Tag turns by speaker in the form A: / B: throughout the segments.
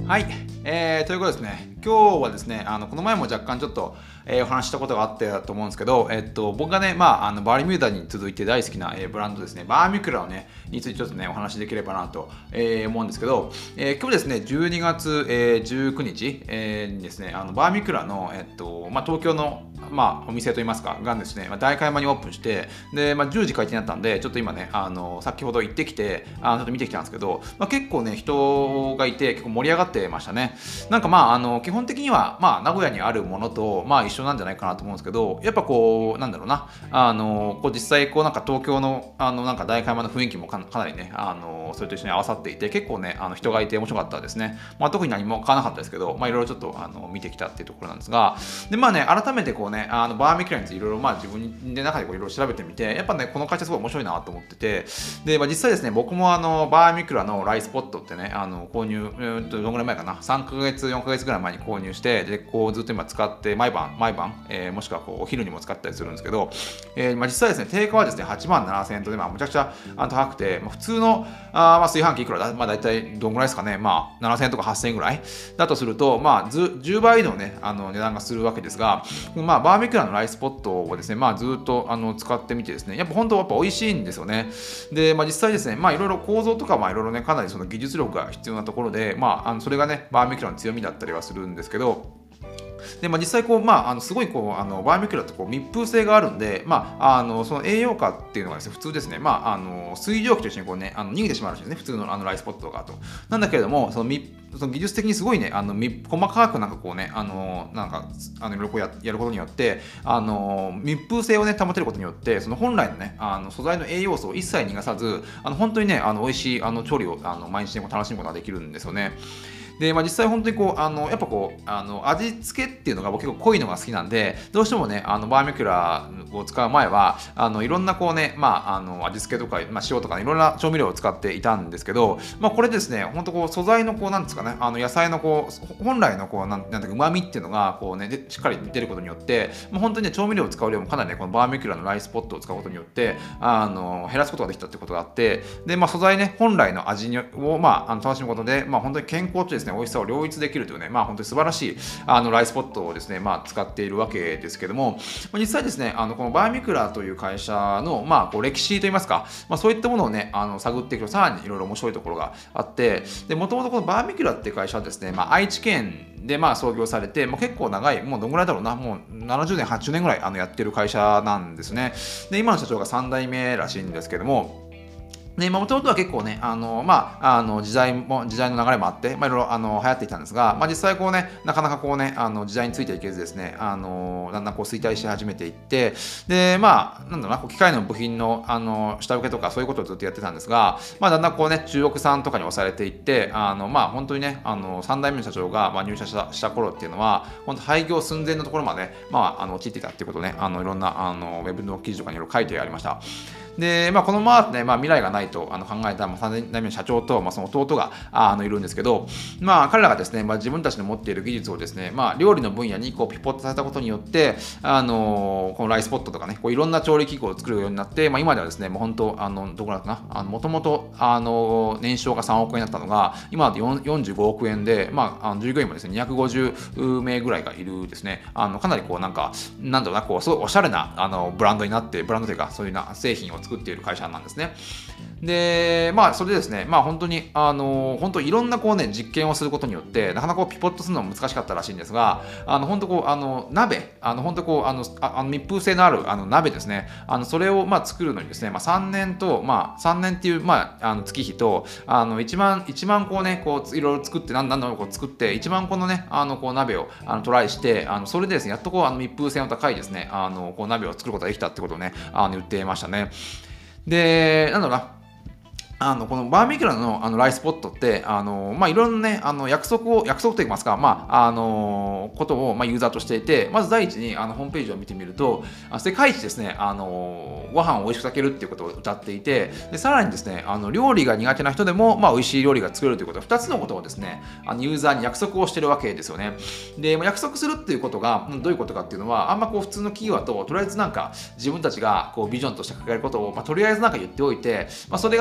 A: はい、ということですね、今日はですね、この前も若干ちょっと、お話ししたことがあったと思うんですけど、僕がね、バーミューダに続いて大好きな、ブランドですね、バーミュクラをね、についてちょっとね、お話しできればなと、思うんですけど、今日ですね、12月、19日、にですね、バーミュクラの、東京の、お店といいますか、がですね、代官山にオープンして、で、10時開店だったんで、ちょっと今ね、先ほど行ってきて、ちょっと見てきたんですけど、結構ね、人がいて、結構盛り上がってましたね。なんか基本的には、名古屋にあるものと、一緒なんじゃないかなと思うんですけど、やっぱこう、なんだろうな、こう実際、こうなんか東京の、なんか代官山の雰囲気もかなりね、それと一緒に合わさっていて、結構ね、人がいて面白かったですね。特に何も買わなかったですけど、いろいろちょっと、見てきたっていうところなんですが、で、改めてこうね、バーミキュラについていろいろ、自分で中でこういろいろ調べてみて、やっぱね、この会社すごい面白いなと思ってて、で、実際ですね、僕もバーミキュラのライスポットってね、購入、どのぐらい前かな、3ヶ月、4ヶ月ぐらい前に購入して、で、こうずっと今使って、毎晩、もしくはこうお昼にも使ったりするんですけど、実際ですね、定価はですね、8万7000円とで、むちゃくちゃ高くて、普通の炊飯器いくらだ、大体どんぐらいですかね、7000円とか8000円ぐらいだとすると、10倍のね、値段がするわけですが、バーミキュラのライスポットをですね、ずっと使ってみてですね、やっぱ本当やっぱ美味しいんですよね。で、実際ですね、いろいろ構造とかいろいろね、かなりその技術力が必要なところで、それがね、バーミキュラの強みだったりはするんですけど、で、実際こう、すごいこう、バーミキュラってこう密封性があるんで、その栄養価っていうのがですね、普通ですね、水蒸気と一緒にこうね、逃げてしまうらしいですね、普通のライスポットがと。なんだけれども、その技術的にすごいね、細かくなんかこうね、いろいろこうやることによって、密封性をね、保てることによって、その本来のね、素材の栄養素を一切逃がさず、本当にね、美味しい調理を毎日でも楽しむことができるんですよね。で、実際本当にこう、やっぱこう、味付けっていうのが僕結構濃いのが好きなんで、どうしてもね、バーミキュラを使う前は、いろんなこうね、味付けとか、塩とか、いろんな調味料を使っていたんですけど、これですね、本当こう、素材のこう、なんですかね、野菜のこう、本来のこう、なんだか、旨味っていうのが、こうね、しっかり出ることによって、本当にね、調味料を使う量もかなりね、このバーミキュラのライスポットを使うことによって、減らすことができたってことがあって、で、素材ね、本来の味を、楽しむことで、本当に健康とですね、美味しさを両立できるというね、本当に素晴らしいライスポットをですね、使っているわけですけども、実際ですね、このバーミキュラという会社の、こう歴史といいますか、そういったものをね、探っていくと、さらにいろいろ面白いところがあって、で、もともとこのバーミキュラっていう会社はですね、愛知県で創業されて、結構長い、もうどんぐらいだろうな、もう70年、80年ぐらいやってる会社なんですね。で、今の社長が3代目らしいんですけども、で、もともとは結構ね、時代の流れもあって、いろいろ流行っていたんですが、実際こうね、なかなかこうね、時代についていけずですね、だんだんこう衰退し始めていって、で、なんだろうな、機械の部品の、下請けとかそういうことをずっとやってたんですが、だんだんこうね、中国産とかに押されていって、本当にね、3代目の社長が、入社した頃っていうのは、本当廃業寸前のところまで、陥っていたっていうことをね、いろんな、ウェブの記事とかにいろいろ書いてありました。で、この未来がないと考えた3代目の社長と、その弟がいるんですけど、彼らがですね、自分たちの持っている技術をですね、料理の分野にこうピポッとされたことによって、このライスポットとかね、こういろんな調理器具を作るようになって、今ではですね、もう本当、どこだったかな、もともと年商が3億円だったのが、今だと45億円で、従業員もですね、250名ぐらいがいるですね、かなりこうなんか、なんだろうな、こう、すごいおしゃれなブランドになって、ブランドというか、そういうな製品を作っている会社なんですね。で、それでですね、本当に、本当いろんなこうね、実験をすることによって、なかなかこうピポッとするのも難しかったらしいんですが、本当こう、鍋、本当こう、密封性のある鍋ですね、それを作るのにですね、3年と、3年っていう、月日と、一番こうね、こう、いろいろ作って、なんだろうこう作って、一番このね、こう鍋をトライして、それでですね、やっとこう、密封性の高いですね、こう鍋を作ることができたってことをね、言っていましたね。で、なんだろうな、このバーミキュラのライスポットって、いろんなね、約束といいますか、ことを、ユーザーとしていて、まず第一に、ホームページを見てみると、世界一ですね、ご飯を美味しく炊けるっていうことを謳っていて、で、さらにですね、料理が苦手な人でも、美味しい料理が作れるということ、2つのことをですね、ユーザーに約束をしてるわけですよね。で、約束するっていうことが、どういうことかっていうのは、あんまこう、普通の企業だと、とりあえずなんか、自分たちがこうビジョンとして掲げることを、とりあえずなんか言っておいて、それがね、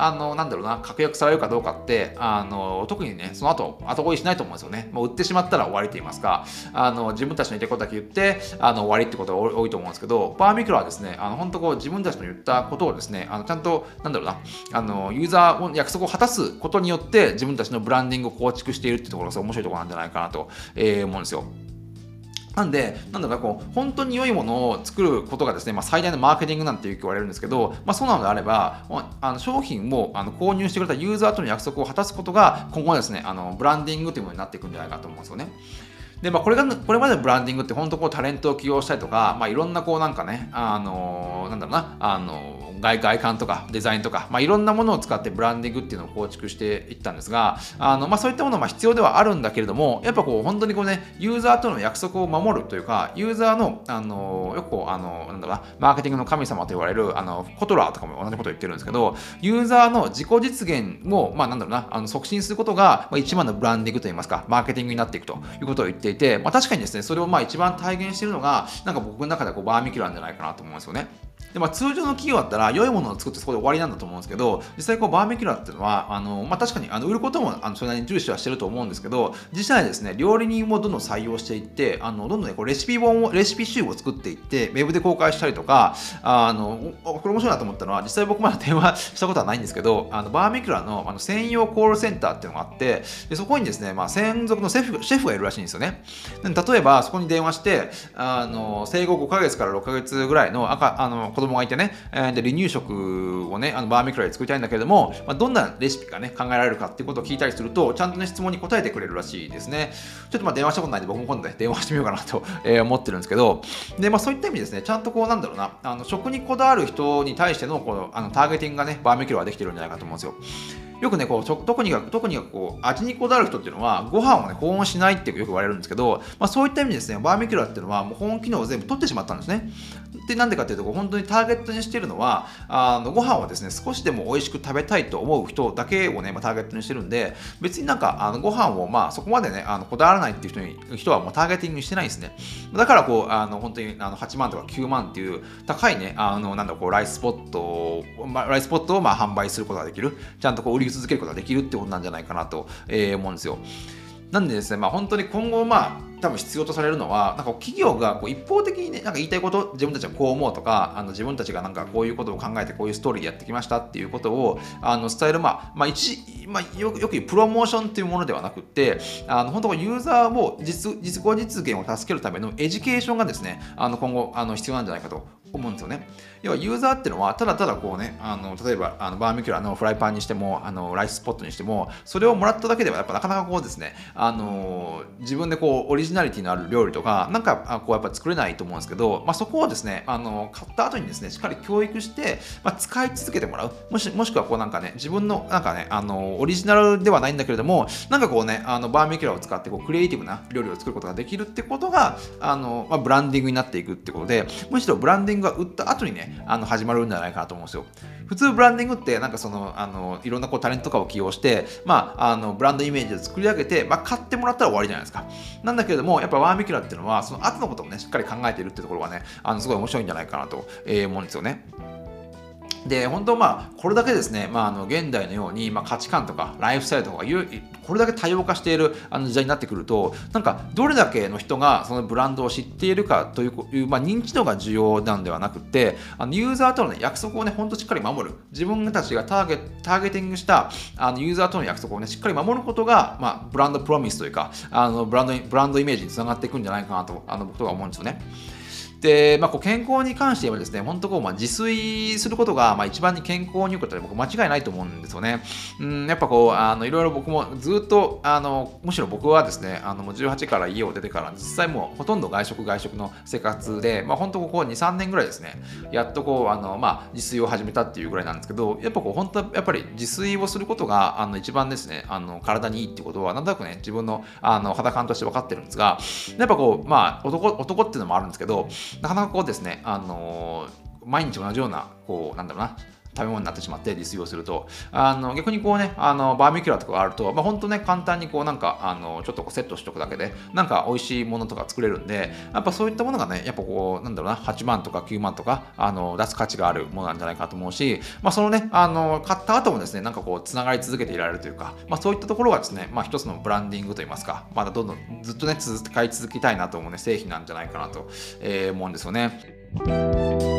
A: なんだろうな、確約されるかどうかって、特にね、その後追いしないと思うんですよね。もう売ってしまったら終わりと言いますか、自分たちの言ったことだけ言って、終わりってことが多いと思うんですけど、バーミキュラはですね、本当こう自分たちの言ったことをですね、ちゃんと、なんだろうな、ユーザーの約束を果たすことによって、自分たちのブランディングを構築しているっていうところが面白いところなんじゃないかなと、思うんですよ。なんで、なんだろうな、こう、本当に良いものを作ることがですね、最大のマーケティングなんて言われるんですけど、そうなのであれば、商品を購入してくれたユーザーとの約束を果たすことが、今後はですね、ブランディングというものになっていくんじゃないかと思うんですよね。で、これまでのブランディングって本当こうタレントを起用したりとか、いろんなこうなんかね、なんだろうな、外観とかデザインとか、いろんなものを使ってブランディングっていうのを構築していったんですが、そういったものは必要ではあるんだけれども、やっぱこう本当にこうね、ユーザーとの約束を守るというか、ユーザーの、よくこう、なんだろうな、マーケティングの神様と言われる、コトラーとかも同じことを言ってるんですけど、ユーザーの自己実現を、なんだろうな、促進することが、一番のブランディングといいますか、マーケティングになっていくということを言っていて、確かにですね、それを一番体現しているのが、なんか僕の中でこうバーミキュラなんじゃないかなと思うんですよね。で通常の企業だったら良いものを作ってそこで終わりなんだと思うんですけど、実際こうバーミキュラっていうのは確かに売ることもそれなりに重視はしてると思うんですけど、実際ですね料理人もどんどん採用していってどんどんねこうレシピ集を作っていってウェブで公開したりとかこれ面白いなと思ったのは、実際僕まだ電話したことはないんですけど、バーミキュラの専用コールセンターっていうのがあって、でそこにですね、専属のシェフがいるらしいんですよね。で例えばそこに電話して生後5ヶ月から6ヶ月ぐらいの子供がいてね、で離乳食をねバーミキュラで作りたいんだけれども、どんなレシピがね考えられるかっていうことを聞いたりすると、ちゃんとね質問に答えてくれるらしいですね。ちょっと電話したことないんで僕も今度ね電話してみようかなと、思ってるんですけど、でそういった意味ですね、ちゃんとこうなんだろうな食にこだわる人に対してのターゲティングがねバーミキュラはできてるんじゃないかと思うんですよ。よくねこう特にこう味にこだわる人っていうのはご飯をね保温しないってよく言われるんですけど、そういった意味でですねバーミキュラっていうのはもう保温機能を全部取ってしまったんですね。でなんでかっていうと本当にターゲットにしているのはご飯をですね少しでも美味しく食べたいと思う人だけをねターゲットにしてるんで、別になんかご飯をそこまでねこだわらないっていう人はもうターゲティングしてないんですね。だからこう本当に8万とか9万っていう高いねなんだこうライスポットを販売することができる、ちゃんとこう売り続けることができるってことなんじゃないかなと、思うんですよ。なんでですね、本当に今後多分必要とされるのは、なんか企業がこう一方的にね、なんか言いたいこと、自分たちはこう思うとか、自分たちがなんかこういうことを考えてこういうストーリーでやってきましたっていうことを伝える、よく言うプロモーションっていうものではなくて、本当ユーザーを自己実現を助けるためのエデュケーションがですね、今後必要なんじゃないかと思うんですよね。要はユーザーっていうのはただただこうね例えばバーミキュラのフライパンにしてもライスポットにしても、それをもらっただけではやっぱなかなかこうですね自分でこうオリジナリティのある料理とかなんかこうやっぱ作れないと思うんですけど、そこをですね買った後にですねしっかり教育して、使い続けてもらう、もしくはこうなんかね自分のなんかねオリジナルではないんだけれども、なんかこうねバーミキュラを使ってこうクリエイティブな料理を作ることができるってことがブランディングになっていくってことで、むしろブランディングが売った後にね始まるんじゃないかなと思うんですよ。普通ブランディングってなんかいろんなこうタレントとかを起用してブランドイメージを作り上げて、買ってもらったら終わりじゃないですか。なんだけれどもやっぱバーミキュラっていうのはその後のこともねしっかり考えているってところがねすごい面白いんじゃないかなと思うんですよね。で本当これだけですね、現代のように、価値観とかライフスタイルとかこれだけ多様化している時代になってくると、なんかどれだけの人がそのブランドを知っているかという、認知度が重要なんではなくて、ユーザーとの、ね、約束をね本当しっかり守る、自分たちがターゲティングしたユーザーとの約束をねしっかり守ることが、ブランドプロミスというかブランドイメージにつながっていくんじゃないかなと僕とは思うんですよね。で、こう健康に関してはですね、本当こう、自炊することが、一番に健康に良くて僕間違いないと思うんですよね。やっぱこう、いろいろ僕もずっと、むしろ僕はですね、もう18から家を出てから、実際もうほとんど外食の生活で、本当ここ2、3年ぐらいですね、やっとこう、自炊を始めたっていうぐらいなんですけど、やっぱこう、本当やっぱり自炊をすることが、一番ですね、体にいいってことは、なんとなくね、自分の、肌感として分かってるんですが、やっぱこう、男っていうのもあるんですけど、なかなかこうですね、毎日同じような、こう、なんだろうな、 食べ物になってしまって実用すると逆にこうねバーミキュラとかがあると、本当ね簡単にこうなんかちょっとこうセットしておくだけでなんか美味しいものとか作れるんで、やっぱそういったものがねやっぱこうなんだろうな8万とか9万とか出す価値があるものなんじゃないかと思うし、そのね買った後もですねなんかこうつながり続けていられるというか、そういったところがですね一つのブランディングといいますか、まだどんどんずっとね使い続けたいなと思うね製品なんじゃないかなと、思うんですよね。